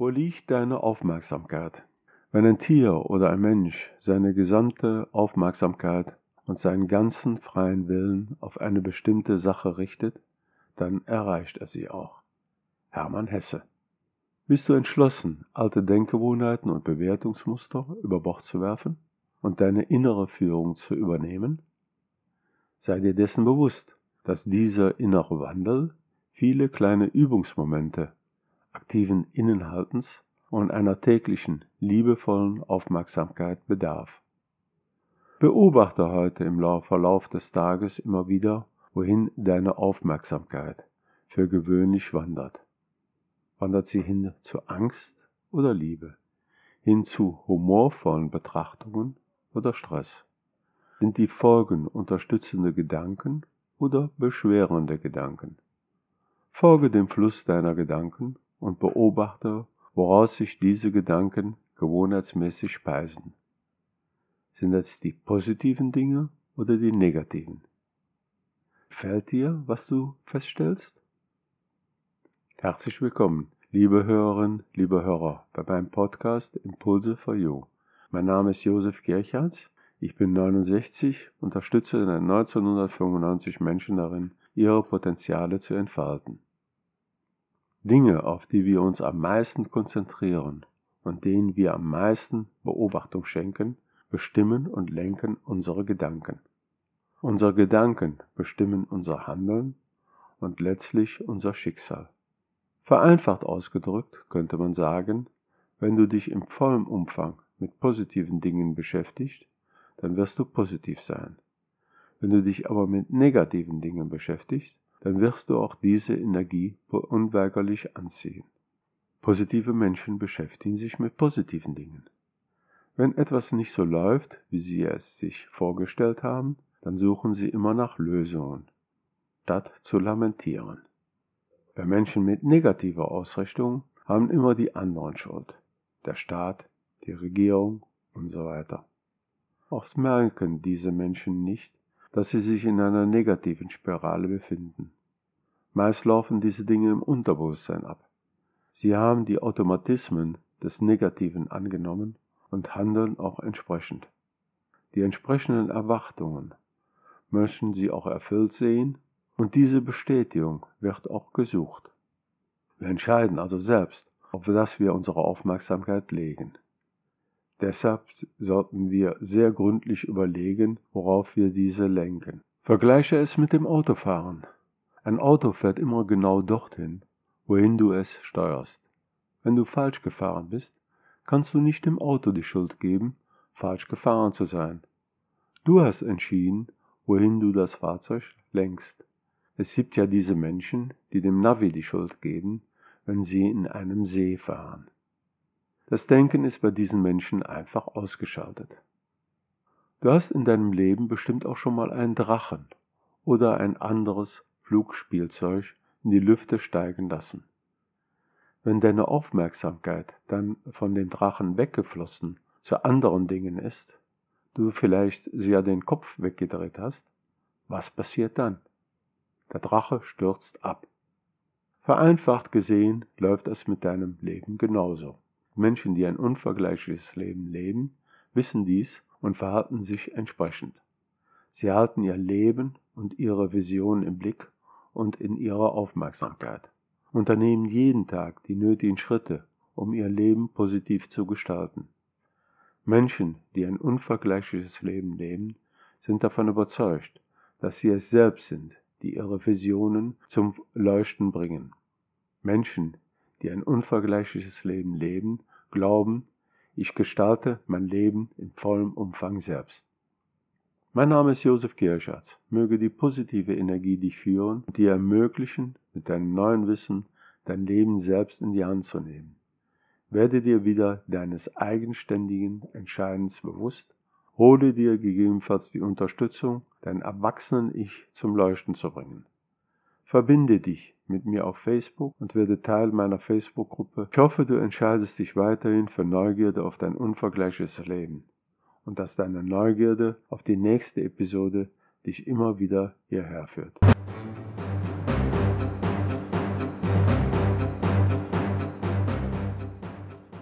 Wo liegt deine Aufmerksamkeit? Wenn ein Tier oder ein Mensch seine gesamte Aufmerksamkeit und seinen ganzen freien Willen auf eine bestimmte Sache richtet, dann erreicht er sie auch. Hermann Hesse. Bist du entschlossen, alte Denkgewohnheiten und Bewertungsmuster über Bord zu werfen und deine innere Führung zu übernehmen? Sei dir dessen bewusst, dass dieser innere Wandel viele kleine Übungsmomente, aktiven Innenhaltens und einer täglichen, liebevollen Aufmerksamkeit bedarf. Beobachte heute im Verlauf des Tages immer wieder, wohin deine Aufmerksamkeit für gewöhnlich wandert. Wandert sie hin zu Angst oder Liebe, hin zu humorvollen Betrachtungen oder Stress? Sind die Folgen unterstützende Gedanken oder beschwerende Gedanken? Folge dem Fluss deiner Gedanken und beobachte, woraus sich diese Gedanken gewohnheitsmäßig speisen. Sind es die positiven Dinge oder die negativen? Gefällt dir, was du feststellst? Herzlich willkommen, liebe Hörerinnen, liebe Hörer, bei meinem Podcast Impulse for You. Mein Name ist Josef Kirchhardt, ich bin 69, unterstütze seit 1995 Menschen darin, ihre Potenziale zu entfalten. Dinge, auf die wir uns am meisten konzentrieren und denen wir am meisten Beobachtung schenken, bestimmen und lenken unsere Gedanken. Unsere Gedanken bestimmen unser Handeln und letztlich unser Schicksal. Vereinfacht ausgedrückt könnte man sagen, wenn du dich im vollen Umfang mit positiven Dingen beschäftigst, dann wirst du positiv sein. Wenn du dich aber mit negativen Dingen beschäftigst, dann wirst du auch diese Energie unweigerlich anziehen. Positive Menschen beschäftigen sich mit positiven Dingen. Wenn etwas nicht so läuft, wie sie es sich vorgestellt haben, dann suchen sie immer nach Lösungen, statt zu lamentieren. Bei Menschen mit negativer Ausrichtung haben immer die anderen Schuld, der Staat, die Regierung und so weiter. Oft merken diese Menschen nicht, dass sie sich in einer negativen Spirale befinden. Meist laufen diese Dinge im Unterbewusstsein ab. Sie haben die Automatismen des Negativen angenommen und handeln auch entsprechend. Die entsprechenden Erwartungen möchten sie auch erfüllt sehen und diese Bestätigung wird auch gesucht. Wir entscheiden also selbst, auf das wir unsere Aufmerksamkeit legen. Deshalb sollten wir sehr gründlich überlegen, worauf wir diese lenken. Vergleiche es mit dem Autofahren. Ein Auto fährt immer genau dorthin, wohin du es steuerst. Wenn du falsch gefahren bist, kannst du nicht dem Auto die Schuld geben, falsch gefahren zu sein. Du hast entschieden, wohin du das Fahrzeug lenkst. Es gibt ja diese Menschen, die dem Navi die Schuld geben, wenn sie in einem See fahren. Das Denken ist bei diesen Menschen einfach ausgeschaltet. Du hast in deinem Leben bestimmt auch schon mal einen Drachen oder ein anderes Flugspielzeug in die Lüfte steigen lassen. Wenn deine Aufmerksamkeit dann von dem Drachen weggeflossen zu anderen Dingen ist, du vielleicht ja den Kopf weggedreht hast, was passiert dann? Der Drache stürzt ab. Vereinfacht gesehen läuft es mit deinem Leben genauso. Menschen, die ein unvergleichliches Leben leben, wissen dies und verhalten sich entsprechend. Sie halten ihr Leben und ihre Vision im Blick und in ihrer Aufmerksamkeit, unternehmen jeden Tag die nötigen Schritte, um ihr Leben positiv zu gestalten. Menschen, die ein unvergleichliches Leben leben, sind davon überzeugt, dass sie es selbst sind, die ihre Visionen zum Leuchten bringen. Menschen, die ein unvergleichliches Leben leben, glauben, ich gestalte mein Leben in vollem Umfang selbst. Mein Name ist Josef Kirchhardt. Möge die positive Energie dich führen und dir ermöglichen, mit deinem neuen Wissen dein Leben selbst in die Hand zu nehmen. Werde dir wieder deines eigenständigen Entscheidens bewusst, hole dir gegebenenfalls die Unterstützung, dein Erwachsenen-Ich zum Leuchten zu bringen. Verbinde dich mit mir auf Facebook und werde Teil meiner Facebook-Gruppe. Ich hoffe, du entscheidest dich weiterhin für Neugierde auf dein unvergleichliches Leben und dass deine Neugierde auf die nächste Episode dich immer wieder hierher führt.